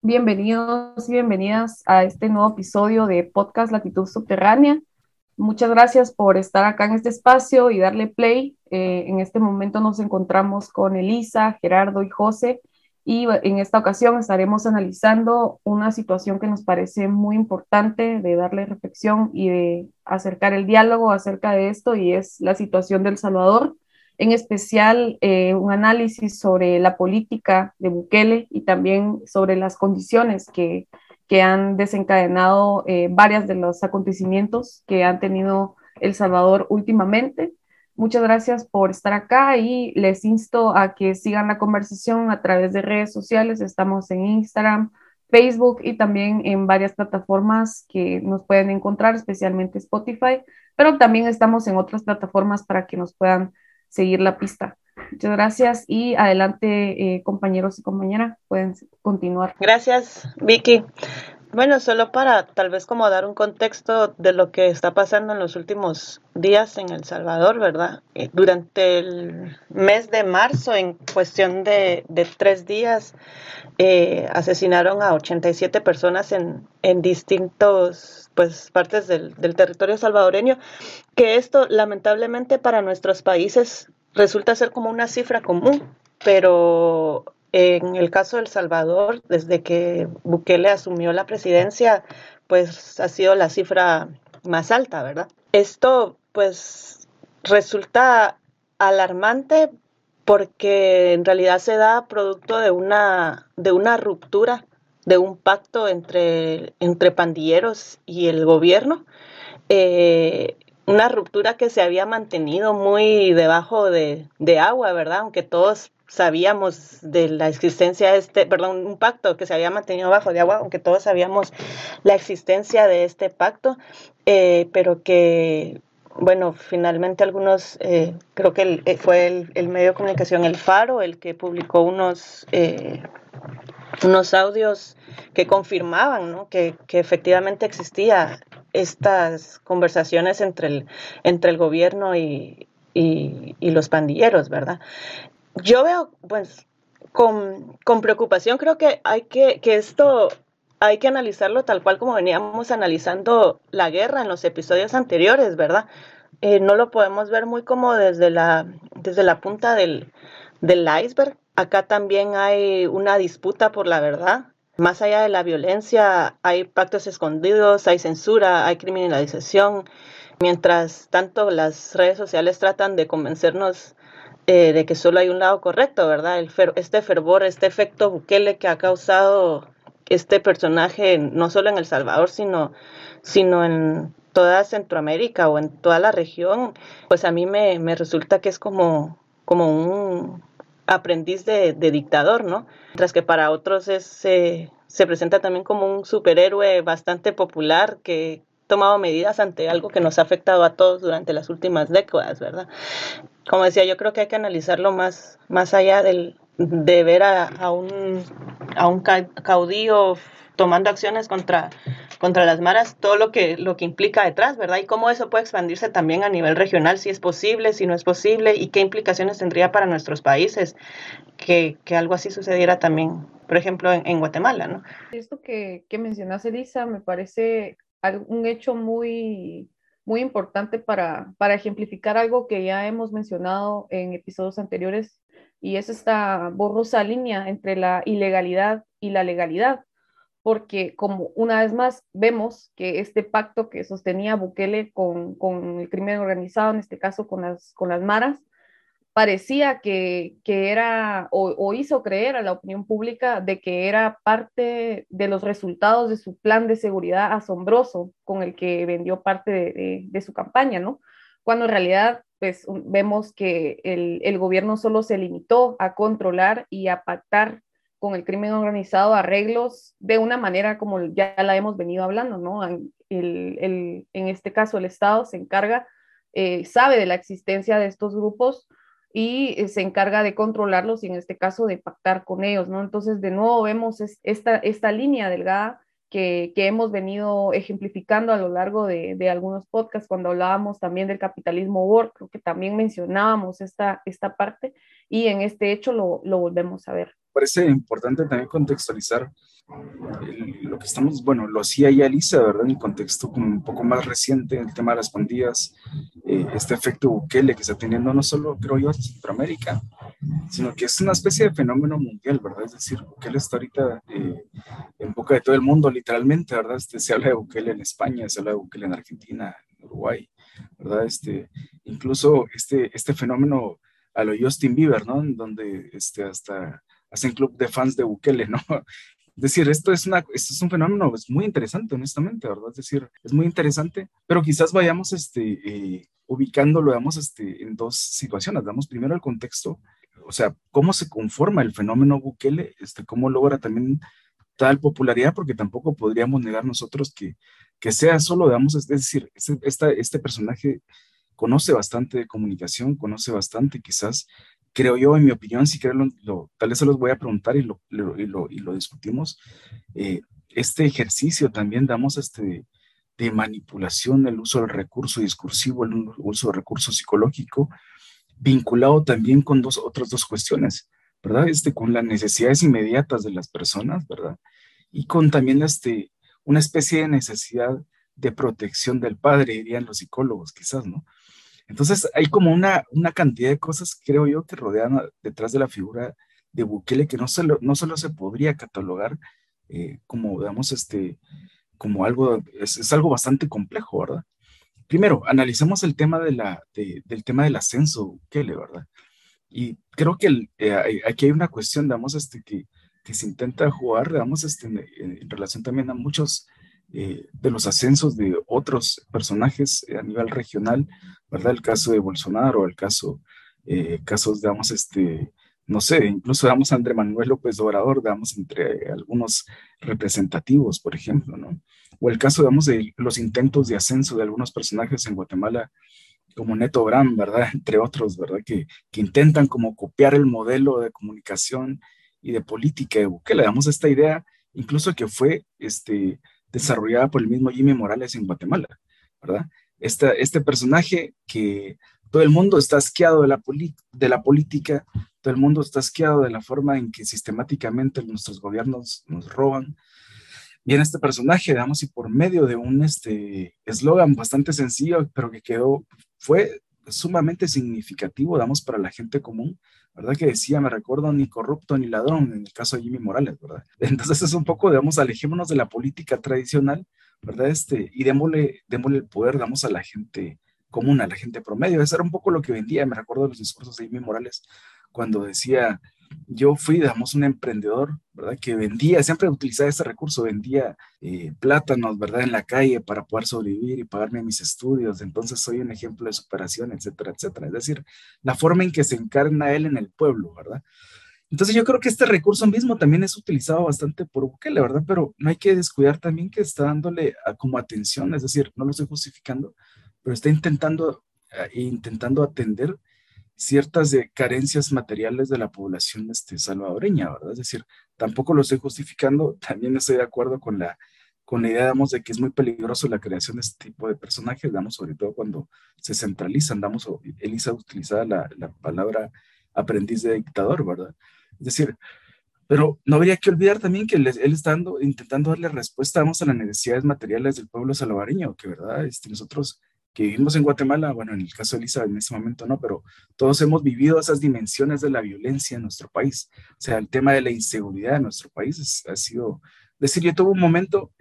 Bienvenidos y bienvenidas a este nuevo episodio de Podcast Latitud Subterránea. Muchas gracias por estar acá en este espacio y darle play. En este momento nos encontramos con Elisa, Gerardo y José y en esta ocasión estaremos analizando una situación que nos parece muy importante de darle reflexión y de acercar el diálogo acerca de esto y es la situación del Salvador, en especial un análisis sobre la política de Bukele y también sobre las condiciones que han desencadenado varios de los acontecimientos que han tenido El Salvador últimamente. Muchas gracias por estar acá y les insto a que sigan la conversación a través de redes sociales. Estamos en Instagram, Facebook y también en varias plataformas que nos pueden encontrar, especialmente Spotify, pero también estamos en otras plataformas para que nos puedan seguir la pista. Muchas gracias y adelante, compañeros y compañeras, pueden continuar. Gracias, Vicky. Bueno, solo para tal vez como dar un contexto de lo que está pasando en los últimos días en El Salvador, ¿verdad? Durante el mes de marzo, en cuestión de 3 días, asesinaron a 87 personas en distintos pues, partes del territorio salvadoreño, que esto lamentablemente para nuestros países resulta ser como una cifra común, pero en el caso de El Salvador, desde que Bukele asumió la presidencia, pues ha sido la cifra más alta, ¿verdad? Esto pues resulta alarmante porque en realidad se da producto de una ruptura, de un pacto entre pandilleros y el gobierno, una ruptura que se había mantenido muy debajo de agua, ¿verdad? Aunque todos sabíamos de la existencia de perdón, un pacto que se había mantenido bajo de agua, aunque todos sabíamos la existencia de este pacto, pero que, bueno, finalmente algunos, creo que fue el medio de comunicación El Faro el que publicó unos audios que confirmaban, ¿no? que efectivamente existía estas conversaciones entre el gobierno y los pandilleros, ¿verdad? Yo veo, pues, con preocupación, creo que que esto hay que analizarlo tal cual como veníamos analizando la guerra en los episodios anteriores, ¿verdad? No lo podemos ver muy como desde la punta del iceberg. Acá también hay una disputa por la verdad. Más allá de la violencia, hay pactos escondidos, hay censura, hay criminalización. Mientras tanto, las redes sociales tratan de convencernos de que solo hay un lado correcto, ¿verdad? Este fervor, este efecto Bukele que ha causado este personaje, no solo en El Salvador, sino en toda Centroamérica o en toda la región, pues a mí me resulta que es como un aprendiz de dictador, ¿no? Mientras que para otros se presenta también como un superhéroe bastante popular que ha tomado medidas ante algo que nos ha afectado a todos durante las últimas décadas, ¿verdad? Como decía, yo creo que hay que analizarlo más allá de ver a un caudillo tomando acciones contra las maras, todo lo que implica detrás, ¿verdad? Y cómo eso puede expandirse también a nivel regional, si es posible, si no es posible, y qué implicaciones tendría para nuestros países que algo así sucediera también, por ejemplo, en Guatemala, ¿no? Esto que mencionas, Elisa, me parece un hecho muy importante para ejemplificar algo que ya hemos mencionado en episodios anteriores, y es esta borrosa línea entre la ilegalidad y la legalidad, porque como una vez más vemos que este pacto que sostenía Bukele con el crimen organizado, en este caso con las maras, parecía que era o hizo creer a la opinión pública de que era parte de los resultados de su plan de seguridad asombroso con el que vendió parte de su campaña, ¿no? Cuando en realidad pues vemos que el gobierno solo se limitó a controlar y a pactar con el crimen organizado arreglos de una manera como ya la hemos venido hablando, ¿no? En este caso el Estado se encarga, sabe de la existencia de estos grupos y se encarga de controlarlos y en este caso de pactar con ellos, ¿no? Entonces, de nuevo vemos esta línea delgada que hemos venido ejemplificando a lo largo de algunos podcasts, cuando hablábamos también del capitalismo work, creo que también mencionábamos esta parte y en este hecho lo volvemos a ver. Parece importante también contextualizar. lo que estamos, bueno, lo hacía ya Elisa, ¿verdad? En el contexto como un poco más reciente, el tema de las pandillas, este efecto Bukele que está teniendo no solo, creo yo, en Centroamérica, sino que es una especie de fenómeno mundial, ¿verdad? Es decir, Bukele está ahorita en boca de todo el mundo, literalmente, ¿verdad? Se habla de Bukele en España, se habla de Bukele en Argentina, en Uruguay, ¿verdad? Incluso este fenómeno a lo Justin Bieber, ¿no? En donde hasta hacen club de fans de Bukele, ¿no? Es decir, esto es un fenómeno es muy interesante, honestamente, ¿verdad? Es decir, es muy interesante, pero quizás vayamos ubicándolo, digamos, en dos situaciones. Damos primero el contexto, o sea, cómo se conforma el fenómeno Bukele, cómo logra también tal popularidad, porque tampoco podríamos negar nosotros que sea solo, digamos, es decir, este personaje conoce bastante de comunicación, conoce bastante, quizás, creo yo, en mi opinión, si quieren, tal vez se los voy a preguntar y lo discutimos. Este ejercicio también damos de manipulación, el uso del recurso discursivo, el uso del recurso psicológico, vinculado también con otras dos cuestiones, ¿verdad? Con las necesidades inmediatas de las personas, ¿verdad? Y con también una especie de necesidad de protección del padre, dirían los psicólogos, quizás, ¿no? Entonces, hay como una cantidad de cosas, creo yo, que rodean detrás de la figura de Bukele, que no solo se podría catalogar como, digamos, como algo, es algo bastante complejo, ¿verdad? Primero, analicemos el tema del tema del ascenso de Bukele, ¿verdad? Y creo que aquí hay una cuestión, digamos, que se intenta jugar, digamos, en relación también a muchos de los ascensos de otros personajes a nivel regional, ¿verdad? El caso de Bolsonaro, casos, digamos, no sé, incluso, digamos, Andrés Manuel López Obrador, digamos, entre algunos representativos, por ejemplo, ¿no? O el caso, digamos, de los intentos de ascenso de algunos personajes en Guatemala como Neto Brand, ¿verdad? Entre otros, ¿verdad? Que intentan como copiar el modelo de comunicación y de política de Bukele. Le damos esta idea, incluso que fue desarrollada por el mismo Jimmy Morales en Guatemala, ¿verdad? Este personaje que todo el mundo está asqueado de la política, todo el mundo está asqueado de la forma en que sistemáticamente nuestros gobiernos nos roban. Viene este personaje, digamos, y por medio de un eslogan bastante sencillo, pero fue sumamente significativo, digamos, para la gente común, ¿verdad? Que decía, me recuerdo, ni corrupto ni ladrón, en el caso de Jimmy Morales, ¿verdad? Entonces es un poco, digamos, alejémonos de la política tradicional, ¿verdad? Y démosle el poder, digamos, a la gente común, a la gente promedio. Eso era un poco lo que vendía, me recuerdo de los discursos de Jimmy Morales, cuando decía yo fui, digamos, un emprendedor, ¿verdad? Que vendía, siempre utilizaba ese recurso, vendía plátanos, ¿verdad? En la calle para poder sobrevivir y pagarme mis estudios. Entonces soy un ejemplo de superación, etcétera, etcétera. Es decir, la forma en que se encarna él en el pueblo, ¿verdad? Entonces yo creo que este recurso mismo también es utilizado bastante por Bukele, ¿verdad? Pero no hay que descuidar también que está dándole como atención, es decir, no lo estoy justificando, pero está intentando atender ciertas carencias materiales de la población salvadoreña, ¿verdad? Es decir, tampoco lo estoy justificando, también estoy de acuerdo con la idea, digamos, de que es muy peligroso la creación de este tipo de personajes, digamos, sobre todo cuando se centralizan, digamos, Elisa utilizaba la palabra aprendiz de dictador, ¿verdad? Es decir, pero no habría que olvidar también que él está intentando darle respuesta, vamos, a las necesidades materiales del pueblo salvadoreño, que verdad, nosotros que vivimos en Guatemala, bueno, en el caso de Elisa en ese momento no, pero todos hemos vivido esas dimensiones de la violencia en nuestro país. O sea, el tema de la inseguridad en nuestro país ha sido, es decir, yo tuve un momento,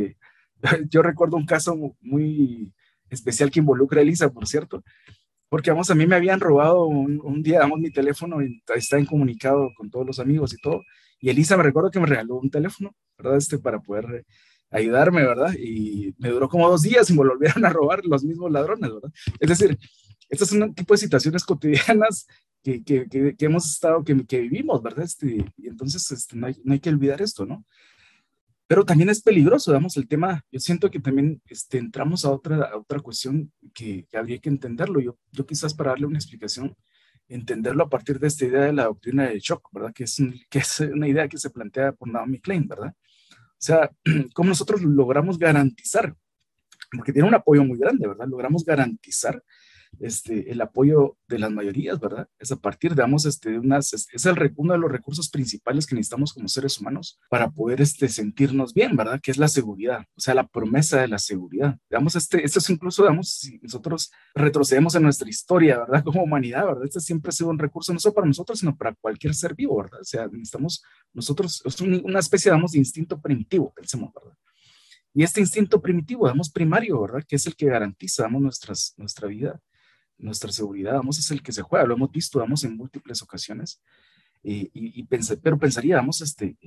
yo recuerdo un caso muy especial que involucra a Elisa, por cierto, porque, vamos, a mí me habían robado un día, damos mi teléfono y está incomunicado con todos los amigos y todo. Y Elisa me recuerdo que me regaló un teléfono, ¿verdad? Para poder ayudarme, ¿verdad? Y me duró como 2 días y me lo volvieron a robar los mismos ladrones, ¿verdad? Es decir, estas son un tipo de situaciones cotidianas que hemos estado, que vivimos, ¿verdad? Y entonces no hay que olvidar esto, ¿no? Pero también es peligroso, digamos, el tema. Yo siento que también entramos a otra cuestión que habría que entenderlo. Yo quizás para darle una explicación, entenderlo a partir de esta idea de la doctrina del shock, ¿verdad? Que es una idea que se plantea por Naomi Klein, ¿verdad? O sea, cómo nosotros logramos garantizar, porque tiene un apoyo muy grande, ¿verdad? Logramos garantizar el apoyo de las mayorías, ¿verdad? Es a partir, digamos, de uno de los recursos principales que necesitamos como seres humanos para poder sentirnos bien, ¿verdad? Que es la seguridad, o sea, la promesa de la seguridad. Digamos, esto es incluso, digamos, si nosotros retrocedemos en nuestra historia, ¿verdad? Como humanidad, ¿verdad? Este siempre ha sido un recurso no solo para nosotros, sino para cualquier ser vivo, ¿verdad? O sea, necesitamos nosotros, es una especie, digamos, de instinto primitivo, pensemos, ¿verdad? Y este instinto primitivo, digamos, primario, ¿verdad? Que es el que garantiza, digamos, nuestra vida, nuestra seguridad, vamos, es el que se juega, lo hemos visto, vamos, en múltiples ocasiones, pero pensaría, vamos,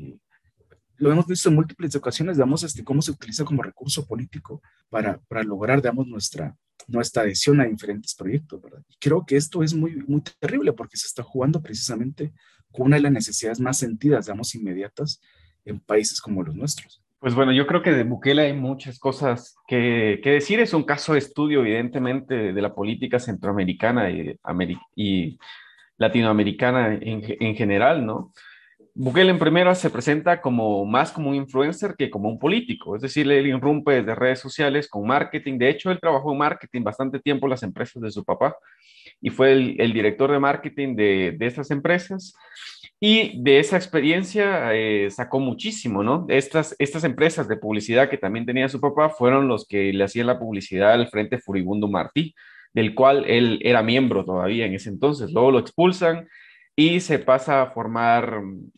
lo hemos visto en múltiples ocasiones, digamos, cómo se utiliza como recurso político para lograr, digamos, nuestra adhesión a diferentes proyectos, ¿verdad? Y creo que esto es muy, muy terrible porque se está jugando precisamente con una de las necesidades más sentidas, digamos, inmediatas en países como los nuestros. Pues bueno, yo creo que de Bukele hay muchas cosas que decir. Es un caso de estudio, evidentemente, de la política centroamericana y latinoamericana en general, ¿no? Bukele en primera se presenta más como un influencer que como un político, es decir, él irrumpe desde redes sociales con marketing. De hecho, él trabajó en marketing bastante tiempo en las empresas de su papá y fue el director de marketing de estas empresas. Y de esa experiencia sacó muchísimo, ¿no? Estas empresas de publicidad que también tenía su papá fueron los que le hacían la publicidad al Frente Furibundo Martí, del cual él era miembro todavía en ese entonces. Luego lo expulsan y se pasa a formar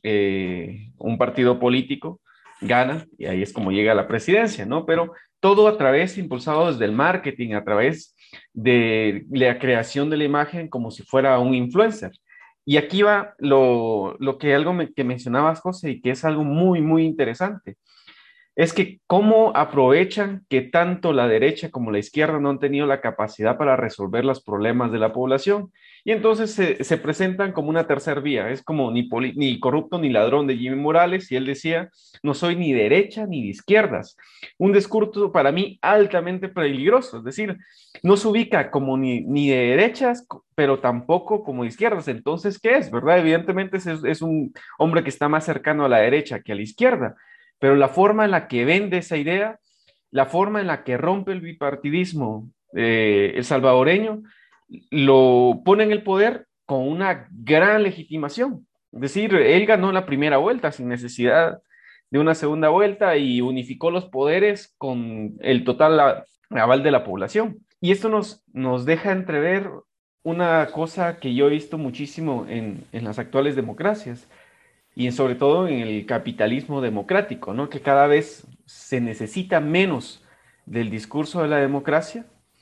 un partido político, gana, y ahí es como llega a la presidencia, ¿no? Pero todo a través, impulsado desde el marketing, a través de la creación de la imagen como si fuera un influencer. Y aquí va lo que que mencionabas, José, y que es algo muy, muy interesante. Es que cómo aprovechan que tanto la derecha como la izquierda no han tenido la capacidad para resolver los problemas de la población. Y entonces se presentan como una tercera vía. Es como ni corrupto ni ladrón de Jimmy Morales. Y él decía, no soy ni derecha ni de izquierdas. Un discurso para mí altamente peligroso. Es decir, no se ubica como ni de derechas, pero tampoco como de izquierdas. Entonces, ¿qué es? ¿Verdad? Evidentemente es un hombre que está más cercano a la derecha que a la izquierda, pero la forma en la que vende esa idea, la forma en la que rompe el bipartidismo el salvadoreño, lo pone en el poder con una gran legitimación. Es decir, él ganó la primera vuelta sin necesidad de una segunda vuelta y unificó los poderes con el total aval de la población. Y esto nos deja entrever una cosa que yo he visto muchísimo en las actuales democracias, y sobre todo en el capitalismo democrático, ¿no? Que cada vez se necesita menos del discurso de la democracia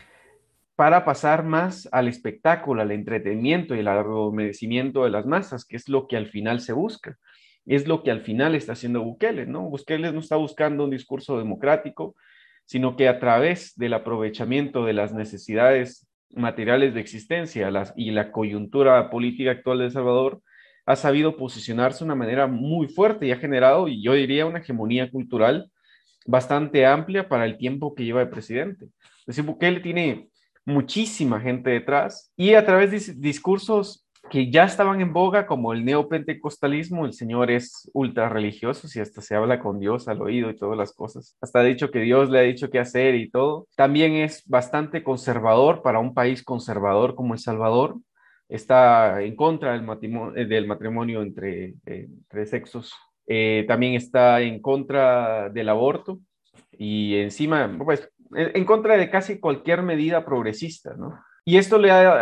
para pasar más al espectáculo, al entretenimiento y al adormecimiento de las masas, que es lo que al final se busca. Es lo que al final está haciendo Bukele, ¿no? Bukele no está buscando un discurso democrático, sino que a través del aprovechamiento de las necesidades materiales de existencia y la coyuntura política actual de El Salvador, ha sabido posicionarse de una manera muy fuerte y ha generado, y yo diría, una hegemonía cultural bastante amplia para el tiempo que lleva de presidente. Es decir, Bukele tiene muchísima gente detrás y a través de discursos que ya estaban en boga, como el neopentecostalismo. El señor es ultra religioso y hasta se habla con Dios al oído y todas las cosas. Hasta ha dicho que Dios le ha dicho qué hacer y todo. También es bastante conservador para un país conservador como El Salvador. Está en contra del matrimonio entre sexos. También está en contra del aborto y encima, pues, en contra de casi cualquier medida progresista, ¿no? Y esto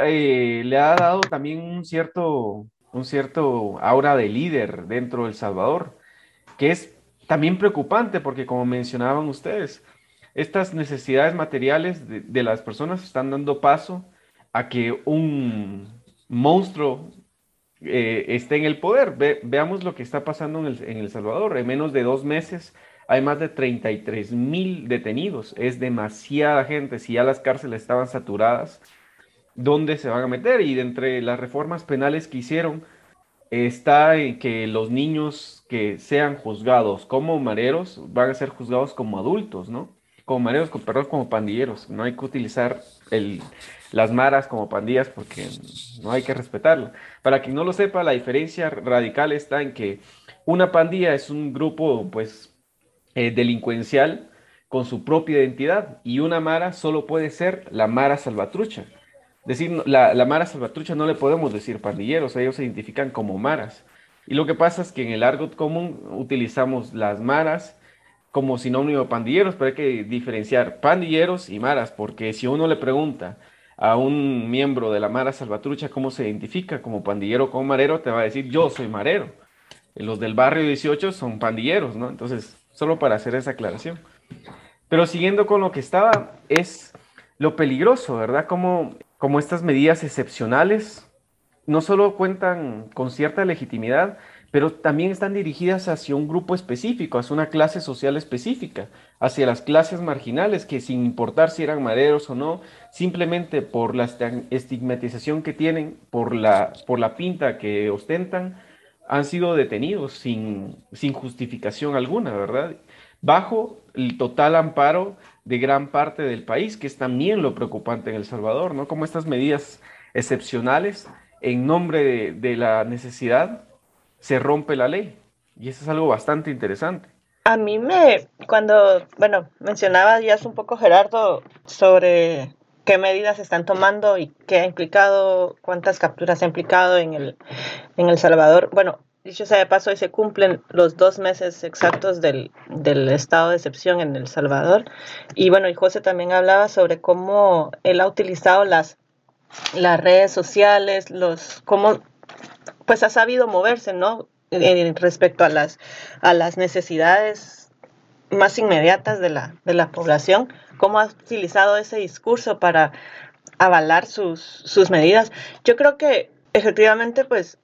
le ha dado también un cierto aura de líder dentro de El Salvador, que es también preocupante porque, como mencionaban ustedes, estas necesidades materiales de las personas están dando paso a que un monstruo esté en el poder. Veamos lo que está pasando en El Salvador. En menos de 2 meses hay más de 33,000 detenidos. Es demasiada gente. Si ya las cárceles estaban saturadas, ¿dónde se van a meter? Y de entre las reformas penales que hicieron está en que los niños que sean juzgados como mareros van a ser juzgados como adultos, ¿no? Como mareros, perdón, como pandilleros. No hay que utilizar las maras como pandillas porque no hay que respetarlo. Para quien no lo sepa, la diferencia radical está en que una pandilla es un grupo, pues, delincuencial con su propia identidad, y una mara solo puede ser la mara salvatrucha. decir la Mara Salvatrucha no le podemos decir pandilleros, ellos se identifican como maras. Y lo que pasa es que en el argot común utilizamos las maras como sinónimo de pandilleros, pero hay que diferenciar pandilleros y maras, porque si uno le pregunta a un miembro de la Mara Salvatrucha cómo se identifica como pandillero o como marero, te va a decir yo soy marero. Los del barrio 18 son pandilleros, ¿no? Entonces, solo para hacer esa aclaración. Pero siguiendo con lo que estaba, es lo peligroso, ¿verdad? Como estas medidas excepcionales no solo cuentan con cierta legitimidad, pero también están dirigidas hacia un grupo específico, hacia una clase social específica, hacia las clases marginales que sin importar si eran maderos o no, simplemente por la estigmatización que tienen, por la pinta que ostentan, han sido detenidos sin justificación alguna, ¿verdad? Bajo el total amparo de gran parte del país, que es también lo preocupante en El Salvador, ¿no? Como estas medidas excepcionales en nombre de la necesidad, se rompe la ley. Y eso es algo bastante interesante. A mí cuando, bueno, mencionaba ya un poco Gerardo sobre qué medidas se están tomando y qué ha implicado, cuántas capturas ha implicado en El Salvador. Bueno, dicho sea de paso, hoy se cumplen los 2 meses exactos del estado de excepción en El Salvador. Y bueno, y José también hablaba sobre cómo él ha utilizado las redes sociales, cómo pues ha sabido moverse, ¿no? Respecto a las necesidades más inmediatas de la población, cómo ha utilizado ese discurso para avalar sus medidas. Yo creo que efectivamente, pues,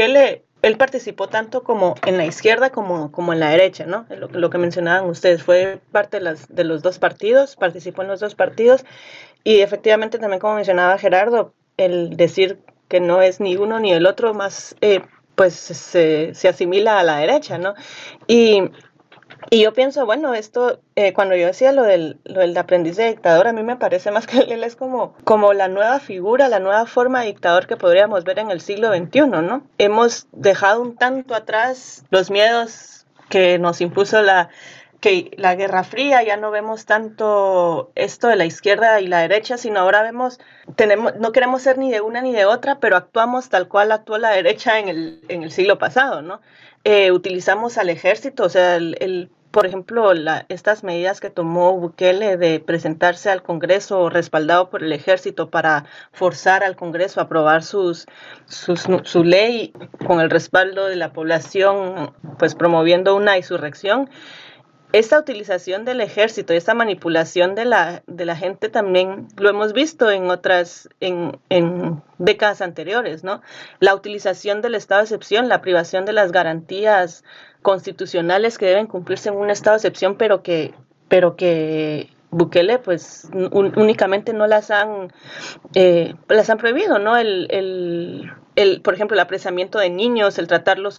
él participó tanto como en la izquierda como en la derecha, ¿no? Lo que mencionaban ustedes, fue parte de los dos partidos, participó en los dos partidos, y efectivamente también como mencionaba Gerardo, el decir que no es ni uno ni el otro más, pues se asimila a la derecha, ¿no? Y, y yo pienso, bueno, esto, cuando yo decía lo del aprendiz de dictador, a mí me parece más que él es como la nueva figura, la nueva forma de dictador que podríamos ver en el siglo XXI, ¿no? Hemos dejado un tanto atrás los miedos que nos impuso que la Guerra Fría, ya no vemos tanto esto de la izquierda y la derecha, sino ahora no queremos ser ni de una ni de otra, pero actuamos tal cual actuó la derecha en el siglo pasado, ¿no? Utilizamos al ejército, o sea, por ejemplo, estas medidas que tomó Bukele de presentarse al Congreso respaldado por el ejército para forzar al Congreso a aprobar su ley con el respaldo de la población, pues promoviendo una insurrección. Esta utilización del ejército, esta manipulación de la gente también lo hemos visto en décadas anteriores, ¿no? La utilización del estado de excepción, la privación de las garantías constitucionales que deben cumplirse en un estado de excepción, pero que Bukele, pues, únicamente no las han prohibido, ¿no? Por ejemplo, el apresamiento de niños, el tratarlos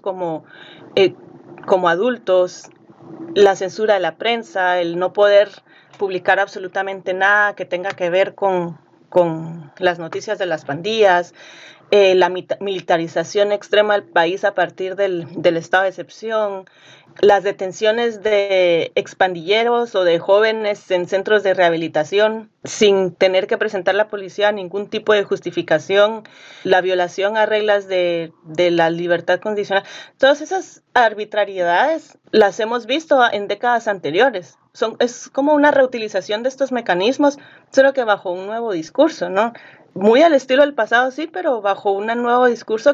como adultos, la censura de la prensa, el no poder publicar absolutamente nada que tenga que ver con las noticias de las pandillas, la militarización extrema del país a partir del estado de excepción, las detenciones de expandilleros o de jóvenes en centros de rehabilitación sin tener que presentar a la policía ningún tipo de justificación, la violación a reglas de la libertad condicional. Todas esas arbitrariedades las hemos visto en décadas anteriores. Es como una reutilización de estos mecanismos, solo que bajo un nuevo discurso, ¿no? Muy al estilo del pasado, sí, pero bajo un nuevo discurso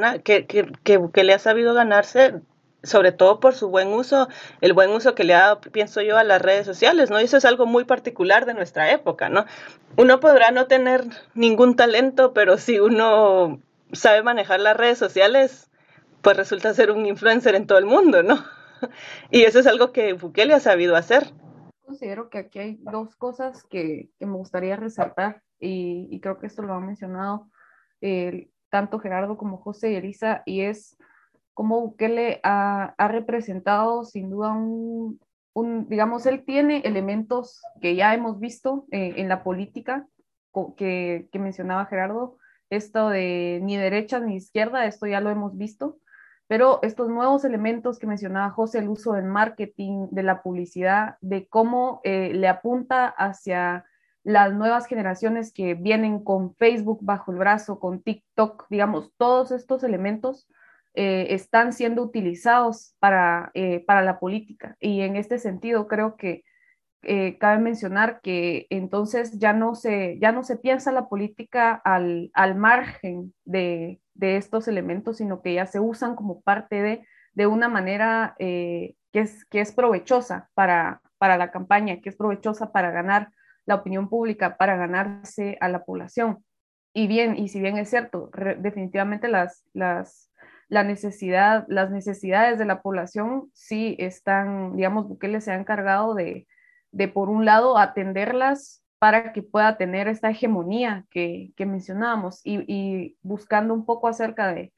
que le ha sabido ganarse, sobre todo por su buen uso, el buen uso que le ha dado, pienso yo, a las redes sociales, ¿no? Y eso es algo muy particular de nuestra época, ¿no? Uno podrá no tener ningún talento, pero si uno sabe manejar las redes sociales, pues resulta ser un influencer en todo el mundo, ¿no? Y eso es algo que Bukele ha sabido hacer. Considero que aquí hay dos cosas que me gustaría resaltar y creo que esto lo han mencionado tanto Gerardo como José y Elisa, y es cómo Bukele ha representado sin duda digamos, él tiene elementos que ya hemos visto en la política que mencionaba Gerardo, esto de ni derecha ni izquierda, esto ya lo hemos visto, pero estos nuevos elementos que mencionaba José, el uso del marketing, de la publicidad, de cómo le apunta hacia las nuevas generaciones que vienen con Facebook bajo el brazo, con TikTok, digamos, todos estos elementos están siendo utilizados para la política. Y en este sentido creo que cabe mencionar que entonces ya no se piensa la política al margen estos elementos, sino que ya se usan como parte de una manera que es provechosa para la campaña, que es provechosa para ganar la opinión pública, para ganarse a la población. Y si bien es cierto, definitivamente las necesidades de la población sí están, digamos, Bukele se ha encargado de por un lado, atenderlas para que pueda tener esta hegemonía que mencionábamos y buscando un poco acerca de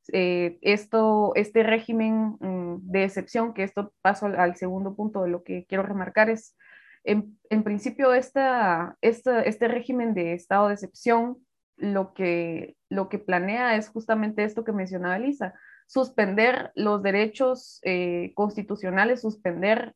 este régimen de excepción, que esto paso al segundo punto de lo que quiero remarcar, es en principio este régimen de estado de excepción lo que planea es justamente esto que mencionaba Elisa, suspender los derechos constitucionales, suspender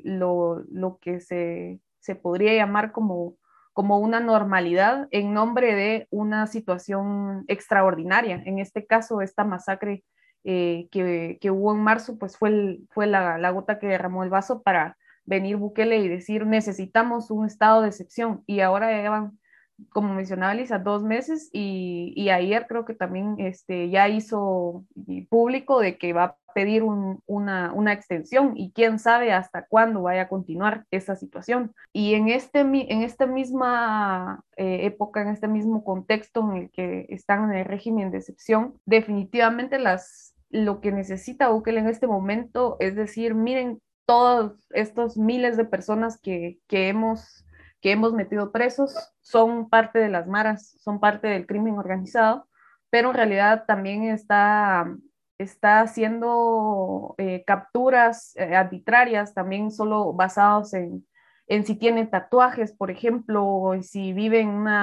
lo que se podría llamar como una normalidad en nombre de una situación extraordinaria. En este caso, esta masacre que hubo en marzo, pues fue la gota que derramó el vaso para venir Bukele y decir necesitamos un estado de excepción. Y ahora ya van, como mencionaba Lisa, 2 meses y ayer creo que también ya hizo público de que va a pedir una extensión y quién sabe hasta cuándo vaya a continuar esa situación. Y en esta misma época, en este mismo contexto en el que están en el régimen de excepción, definitivamente lo que necesita Bukele en este momento es decir, miren todos estos miles de personas que hemos metido presos son parte de las maras, son parte del crimen organizado, pero en realidad también está haciendo capturas arbitrarias, también solo basados en si tienen tatuajes, por ejemplo, o si vive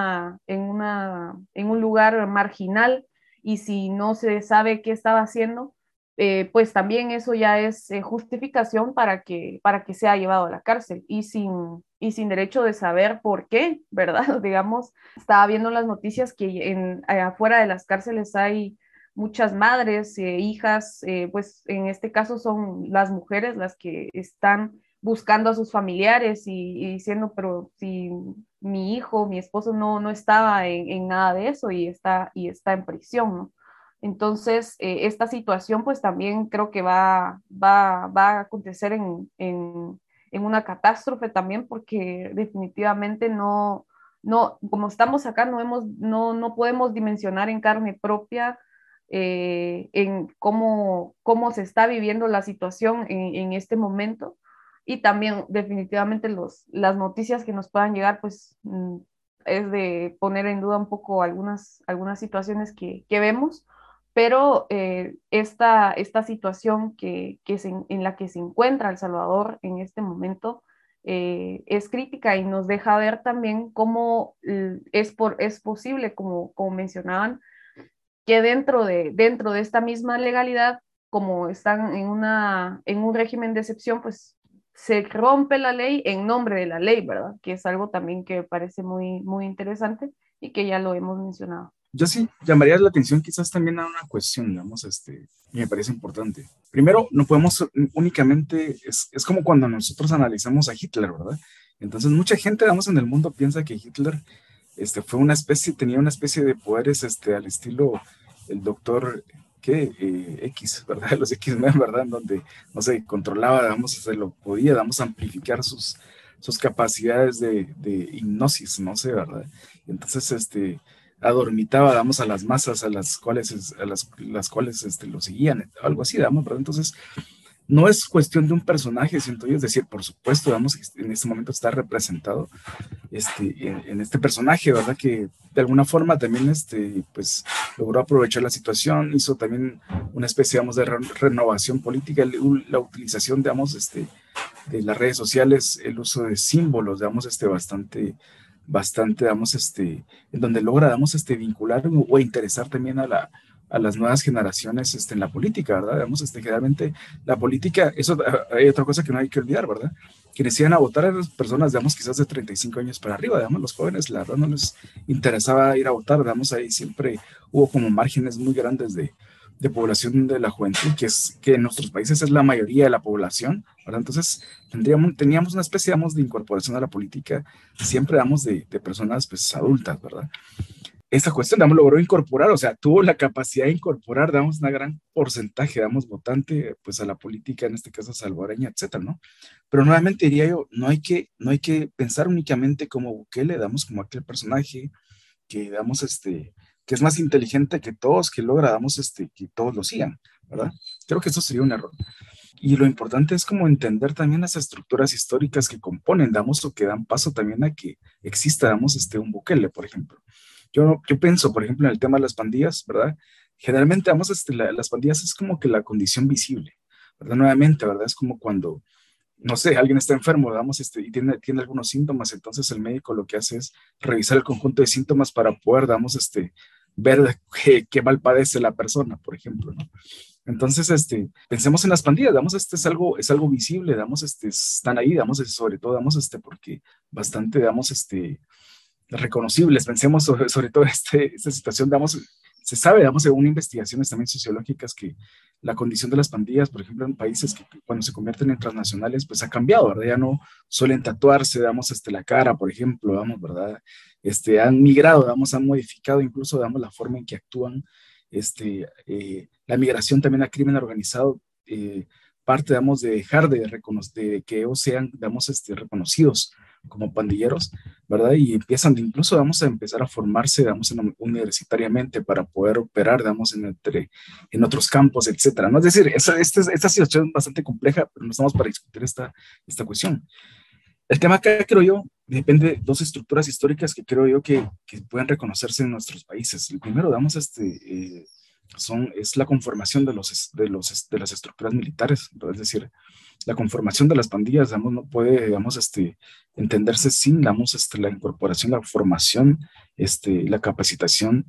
en un lugar marginal y si no se sabe qué estaba haciendo, pues también eso ya es justificación para que sea llevado a la cárcel y sin derecho de saber por qué, ¿verdad? Digamos, estaba viendo las noticias que afuera de las cárceles hay muchas madres, hijas, pues en este caso son las mujeres las que están buscando a sus familiares y diciendo, pero si mi hijo, mi esposo no estaba en nada de eso y está en prisión, ¿no? Entonces, esta situación pues también creo que va a acontecer en una catástrofe también porque definitivamente como estamos acá, no podemos dimensionar en carne propia en cómo se está viviendo la situación en este momento y también definitivamente las noticias que nos puedan llegar pues es de poner en duda un poco algunas situaciones que vemos, pero esta situación en la que se encuentra El Salvador en este momento es crítica y nos deja ver también cómo es posible, como mencionaban, que dentro de esta misma legalidad, como están en un régimen de excepción, pues se rompe la ley en nombre de la ley, ¿verdad? Que es algo también que me parece muy, muy interesante y que ya lo hemos mencionado. Yo sí llamaría la atención quizás también a una cuestión, digamos, y me parece importante. Primero, no podemos únicamente, es como cuando nosotros analizamos a Hitler, ¿verdad? Entonces, mucha gente, digamos, en el mundo piensa que Hitler tenía una especie de poderes al estilo el doctor X, ¿verdad? Los X-Men, ¿verdad? En donde, no sé, controlaba, digamos, se lo podía, digamos, amplificar sus capacidades de hipnosis, no sé, ¿verdad? Entonces, adormitaba, digamos, a las masas a las cuales lo seguían, algo así, digamos, ¿verdad? Entonces, no es cuestión de un personaje, siento yo, es decir, por supuesto, digamos, en este momento está representado en este personaje, ¿verdad? Que de alguna forma también, pues, logró aprovechar la situación, hizo también una especie, digamos, de renovación política, la utilización, digamos, de las redes sociales, el uso de símbolos, digamos, bastante, digamos, en donde logra, digamos, vincular o interesar también a a las nuevas generaciones en la política, ¿verdad? Digamos, generalmente la política, eso hay otra cosa que no hay que olvidar, ¿verdad? Quienes iban a votar eran personas, digamos, quizás de 35 años para arriba, digamos, los jóvenes, la verdad, no les interesaba ir a votar, digamos, ahí siempre hubo como márgenes muy grandes de población de la juventud, que en nuestros países es la mayoría de la población, ¿verdad? Entonces, teníamos una especie, digamos, de incorporación a la política, siempre, digamos, de personas, pues, adultas, ¿verdad? Esta cuestión, digamos, logró incorporar, o sea, tuvo la capacidad de incorporar, digamos, una gran porcentaje, digamos, votante, pues, a la política, en este caso salvadoreña, etcétera, ¿no? Pero nuevamente diría yo, no hay que pensar únicamente como Bukele, damos como aquel personaje que, damos, que es más inteligente que todos, que logra, damos, que todos lo sigan, ¿verdad? Creo que eso sería un error. Y lo importante es como entender también las estructuras históricas que componen, damos, o que dan paso también a que exista, damos, un Bukele, por ejemplo. Yo pienso, por ejemplo, en el tema de las pandillas, ¿verdad? Generalmente, vamos, las pandillas es como que la condición visible, ¿verdad? Nuevamente, ¿verdad? Es como cuando, no sé, alguien está enfermo, vamos, y tiene algunos síntomas, entonces el médico lo que hace es revisar el conjunto de síntomas para poder, vamos, ver qué mal padece la persona, por ejemplo, ¿no? Entonces, pensemos en las pandillas, damos, es algo visible, damos, están ahí, damos, sobre todo, damos, porque bastante, damos, reconocibles. Pensemos sobre todo esta situación, damos, se sabe, damos, según investigaciones también sociológicas, que la condición de las pandillas, por ejemplo, en países que cuando se convierten en transnacionales, pues ha cambiado, ¿verdad? Ya no suelen tatuarse, damos, la cara, por ejemplo, vamos, ¿verdad? Han migrado, damos, han modificado incluso, damos, la forma en que actúan, la migración también a crimen organizado, parte, damos, de dejar de que ellos sean, damos, reconocidos como pandilleros, ¿verdad? Y empiezan, incluso vamos a empezar a formarse, digamos, universitariamente para poder operar, digamos, en otros campos, etcétera, ¿no? Es decir, esta situación es bastante compleja, pero no estamos para discutir esta cuestión. El tema acá, creo yo, depende de dos estructuras históricas que creo yo que pueden reconocerse en nuestros países. El primero, digamos, es la conformación de las estructuras militares, ¿no? Es decir, la conformación de las pandillas, digamos, no puede, digamos, entenderse sin, digamos, la incorporación, la formación, la capacitación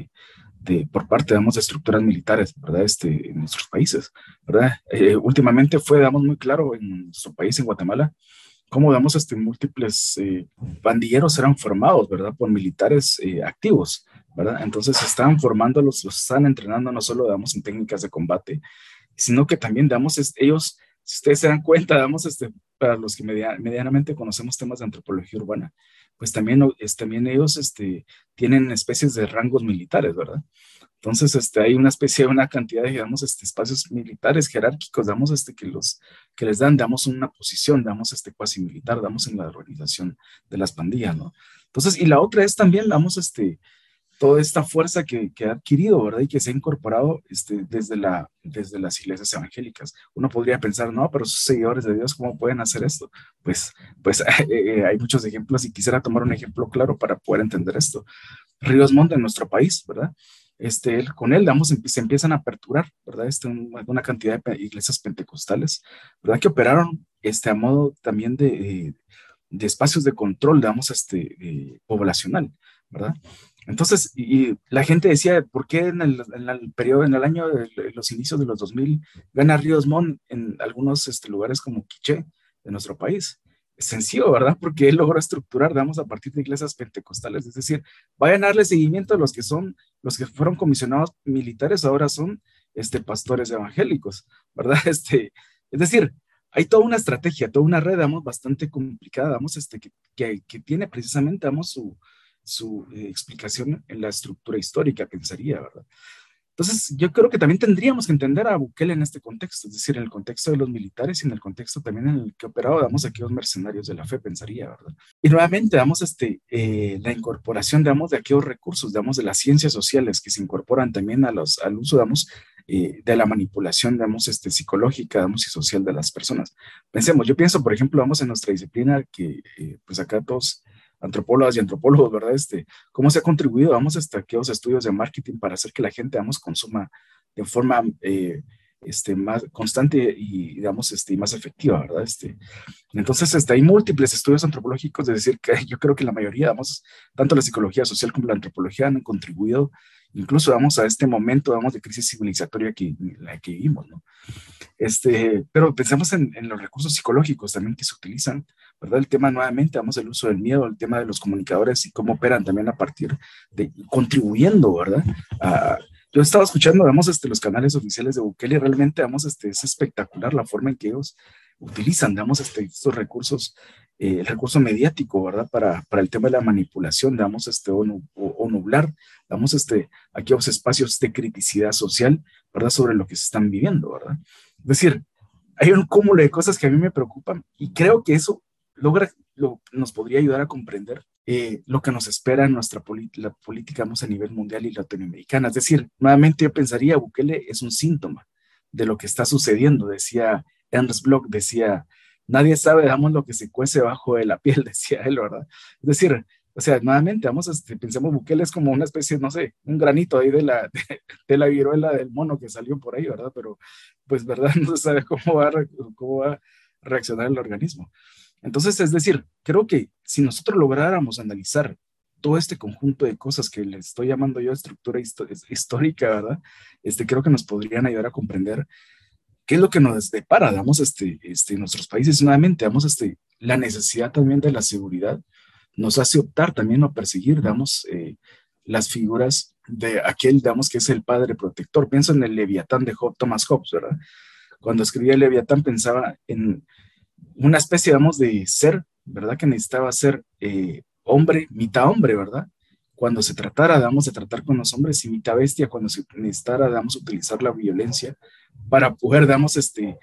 por parte, digamos, de estructuras militares, ¿verdad? En nuestros países, ¿verdad? Últimamente fue, digamos, muy claro en nuestro país, en Guatemala, cómo, digamos, múltiples pandilleros eran formados, ¿verdad? Por militares activos, ¿verdad? Entonces se estaban formando, los estaban entrenando no solo, digamos, en técnicas de combate, sino que también, digamos, ellos, si ustedes se dan cuenta, digamos, para los que medianamente conocemos temas de antropología urbana, pues también ellos tienen especies de rangos militares, ¿verdad? Entonces, hay una cantidad de, digamos, espacios militares jerárquicos, damos, que les dan, damos una posición, damos, cuasi militar, damos en la organización de las pandillas, ¿no? Entonces, y la otra es también, damos, toda esta fuerza que ha adquirido, ¿verdad? Y que se ha incorporado desde las iglesias evangélicas. Uno podría pensar, no, pero sus seguidores de Dios, ¿cómo pueden hacer esto? Pues hay muchos ejemplos y quisiera tomar un ejemplo claro para poder entender esto. Ríos Montt en nuestro país, ¿verdad? Con él, digamos, se empiezan a aperturar, ¿verdad? Una cantidad de iglesias pentecostales, ¿verdad? Que operaron a modo también de espacios de control, digamos, poblacional, ¿verdad? Entonces, y la gente decía, ¿por qué en el periodo, en el año de los inicios de los 2000, gana Ríos Montt en algunos lugares como Quiché de nuestro país? Es sencillo, ¿verdad? Porque él logró estructurar, digamos, a partir de iglesias pentecostales, es decir, vayan a darle seguimiento a los que fueron comisionados militares, ahora son pastores evangélicos, ¿verdad? Es decir, hay toda una estrategia, toda una red, digamos, bastante complicada, digamos, que tiene precisamente, digamos, su explicación en la estructura histórica, pensaría, ¿verdad? Entonces, yo creo que también tendríamos que entender a Bukele en este contexto, es decir, en el contexto de los militares y en el contexto también en el que operaba, damos, aquellos mercenarios de la fe, pensaría, ¿verdad? Y nuevamente, damos, la incorporación, damos, de aquellos recursos, damos, de las ciencias sociales que se incorporan también al uso, damos, de la manipulación, damos, psicológica, damos, y social de las personas. Pensemos, yo pienso, por ejemplo, vamos en nuestra disciplina, que pues acá todos antropólogas y antropólogos, ¿verdad? Cómo se ha contribuido, vamos, hasta aquellos estudios de marketing para hacer que la gente, vamos, consuma de forma más constante y, digamos, más efectiva, ¿verdad? Entonces, hay múltiples estudios antropológicos, de decir que yo creo que la mayoría, vamos, tanto la psicología social como la antropología han contribuido incluso vamos a este momento, vamos, de crisis civilizatoria en la que vivimos, ¿no? Pero pensamos en los recursos psicológicos también que se utilizan, ¿verdad? El tema nuevamente, vamos, el uso del miedo, el tema de los comunicadores y cómo operan también a partir de, contribuyendo, ¿verdad? Yo estaba escuchando, vamos, los canales oficiales de Bukele, y realmente, vamos, es espectacular la forma en que ellos utilizan, digamos, estos recursos, el recurso mediático, ¿verdad? Para el tema de la manipulación, digamos, o nublar, digamos, aquellos espacios de criticidad social, ¿verdad? Sobre lo que se están viviendo, ¿verdad? Es decir, hay un cúmulo de cosas que a mí me preocupan y creo que eso nos podría ayudar a comprender lo que nos espera en la política, vamos, a nivel mundial y latinoamericana. Es decir, nuevamente yo pensaría, Bukele es un síntoma de lo que está sucediendo, decía Ernst Bloch, decía, nadie sabe, digamos, lo que se cuece bajo de la piel, decía él, ¿verdad? Es decir, o sea, nuevamente, vamos, pensemos, Bukele es como una especie, no sé, un granito ahí de la viruela del mono que salió por ahí, ¿verdad? Pero, pues, ¿verdad? No se sabe cómo va a reaccionar el organismo. Entonces, es decir, creo que si nosotros lográramos analizar todo este conjunto de cosas que le estoy llamando yo estructura histórica, ¿verdad? Creo que nos podrían ayudar a comprender qué es lo que nos depara, digamos, en nuestros países. Nuevamente, digamos, la necesidad también de la seguridad nos hace optar también a perseguir, digamos, las figuras de aquel, digamos, que es el padre protector. Pienso en el Leviatán de Thomas Hobbes, ¿verdad? Cuando escribía el Leviatán pensaba en una especie, digamos, de ser, ¿verdad? Que necesitaba ser hombre, mitad hombre, ¿verdad? Cuando se tratara, digamos, de tratar con los hombres, y mitad bestia cuando se necesitara, digamos, utilizar la violencia para poder, digamos,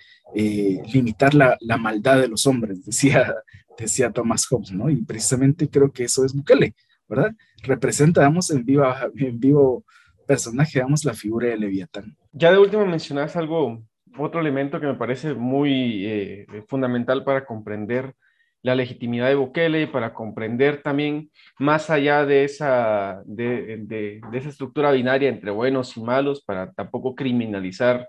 limitar la maldad de los hombres, decía Thomas Hobbes, ¿no? Y precisamente creo que eso es Bukele, ¿verdad? Representa, digamos, en vivo personaje, digamos, la figura de Leviatán. Ya de último mencionas otro elemento que me parece muy fundamental para comprender la legitimidad de Bukele y para comprender también más allá de esa estructura binaria entre buenos y malos, para tampoco criminalizar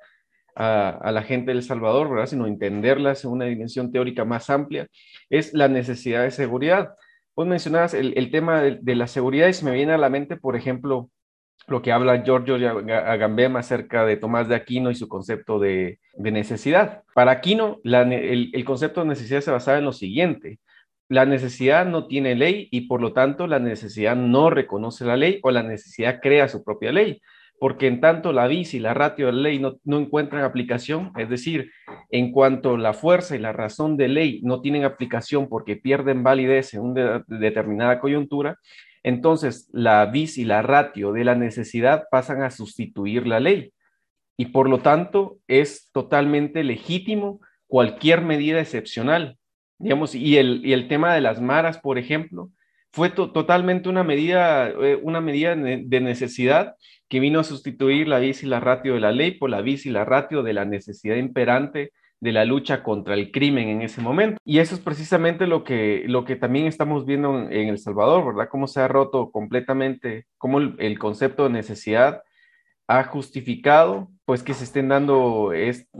a la gente de El Salvador, ¿verdad? Sino entenderlas en una dimensión teórica más amplia, es la necesidad de seguridad. Vos mencionabas el tema de la seguridad y se me viene a la mente, por ejemplo, lo que habla Giorgio Agamben acerca de Tomás de Aquino y su concepto de necesidad. Para Aquino, el concepto de necesidad se basaba en lo siguiente: la necesidad no tiene ley y por lo tanto la necesidad no reconoce la ley, o la necesidad crea su propia ley, porque en tanto la vis y la ratio de la ley no encuentran aplicación, es decir, en cuanto la fuerza y la razón de ley no tienen aplicación porque pierden validez en una determinada coyuntura, entonces la vis y la ratio de la necesidad pasan a sustituir la ley, y por lo tanto es totalmente legítimo cualquier medida excepcional, digamos, y el tema de las maras, por ejemplo, fue totalmente una medida de necesidad que vino a sustituir la vis y la ratio de la ley por la vis y la ratio de la necesidad imperante de la lucha contra el crimen en ese momento. Y eso es precisamente lo que también estamos viendo en El Salvador, ¿verdad? Cómo se ha roto completamente, cómo el concepto de necesidad ha justificado pues que se estén dando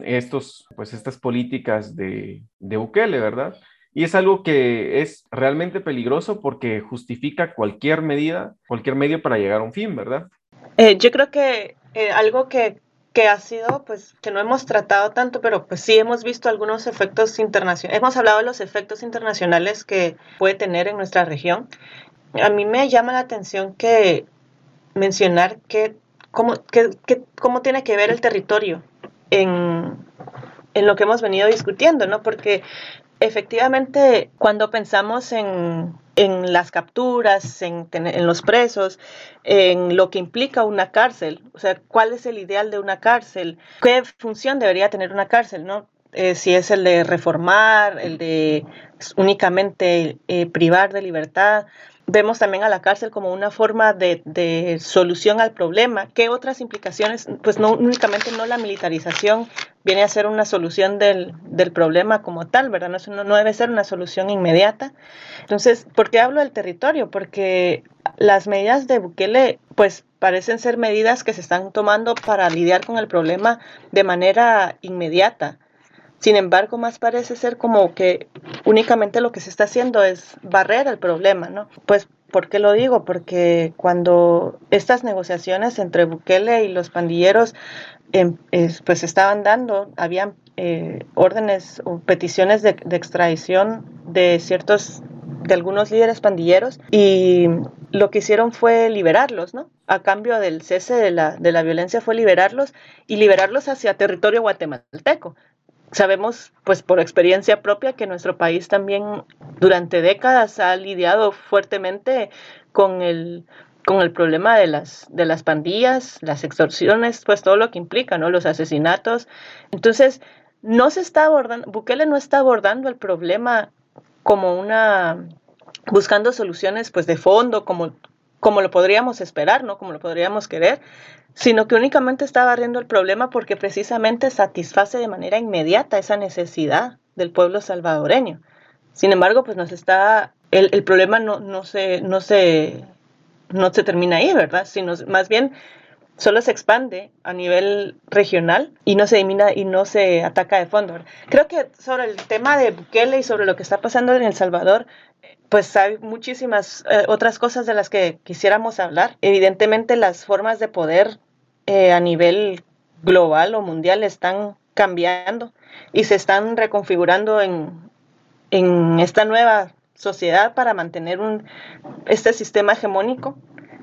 estas políticas de Bukele, ¿verdad? Y es algo que es realmente peligroso porque justifica cualquier medida, cualquier medio para llegar a un fin, ¿verdad? Yo creo que algo que ha sido, pues, que no hemos tratado tanto, pero pues sí hemos visto algunos efectos internacionales. Hemos hablado de los efectos internacionales que puede tener en nuestra región. A mí me llama la atención que mencionar cómo tiene que ver el territorio en lo que hemos venido discutiendo, ¿no? Porque efectivamente, cuando pensamos en las capturas, en los presos, en lo que implica una cárcel, o sea, ¿cuál es el ideal de una cárcel? ¿Qué función debería tener una cárcel, no? Si es el de reformar, el de únicamente privar de libertad. Vemos también a la cárcel como una forma de solución al problema. ¿Qué otras implicaciones? Pues no únicamente no la militarización viene a ser una solución del problema como tal, ¿verdad? No debe ser una solución inmediata. Entonces, ¿por qué hablo del territorio? Porque las medidas de Bukele, pues parecen ser medidas que se están tomando para lidiar con el problema de manera inmediata. Sin embargo, más parece ser como que únicamente lo que se está haciendo es barrer el problema, ¿no? Pues ¿Por qué lo digo? Porque cuando estas negociaciones entre Bukele y los pandilleros pues estaban dando, habían órdenes o peticiones de extradición de algunos líderes pandilleros, y lo que hicieron fue liberarlos, ¿no? A cambio del cese de la violencia fue liberarlos, y liberarlos hacia territorio guatemalteco. Sabemos, pues por experiencia propia, que nuestro país también durante décadas ha lidiado fuertemente con el problema de las pandillas, las extorsiones, pues todo lo que implica, ¿no? Los asesinatos. Entonces, Bukele no está abordando el problema como buscando soluciones pues de fondo, como lo podríamos esperar, ¿no? Como lo podríamos querer, sino que únicamente está barriendo el problema porque precisamente satisface de manera inmediata esa necesidad del pueblo salvadoreño. Sin embargo, pues el problema no se termina ahí, ¿verdad? Sino más bien solo se expande a nivel regional y no se elimina y no se ataca de fondo, ¿verdad? Creo que sobre el tema de Bukele y sobre lo que está pasando en El Salvador, pues hay muchísimas otras cosas de las que quisiéramos hablar. Evidentemente las formas de poder a nivel global o mundial están cambiando y se están reconfigurando en esta nueva sociedad para mantener este sistema hegemónico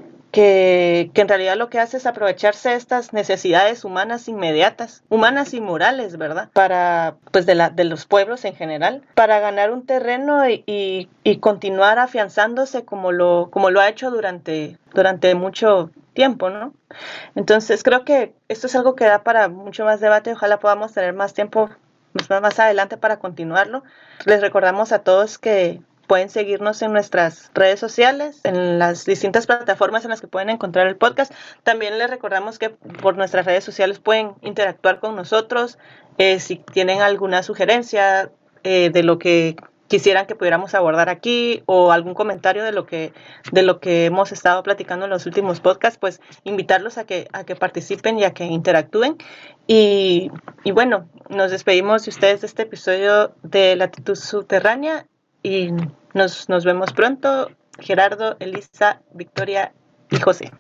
que en realidad lo que hace es aprovecharse de estas necesidades humanas inmediatas, humanas y morales, ¿verdad? Pues de los pueblos en general, para ganar un terreno y continuar afianzándose como lo ha hecho durante mucho tiempo, ¿no? Entonces creo que esto es algo que da para mucho más debate. Ojalá podamos tener más tiempo más adelante para continuarlo. Les recordamos a todos que pueden seguirnos en nuestras redes sociales, en las distintas plataformas en las que pueden encontrar el podcast. También les recordamos que por nuestras redes sociales pueden interactuar con nosotros. Si tienen alguna sugerencia de lo que quisieran que pudiéramos abordar aquí, o algún comentario de lo que hemos estado platicando en los últimos podcasts, pues invitarlos a que participen y a que interactúen. Y bueno, nos despedimos de ustedes de este episodio de Latitud Subterránea y nos vemos pronto. Gerardo, Elisa, Victoria y José.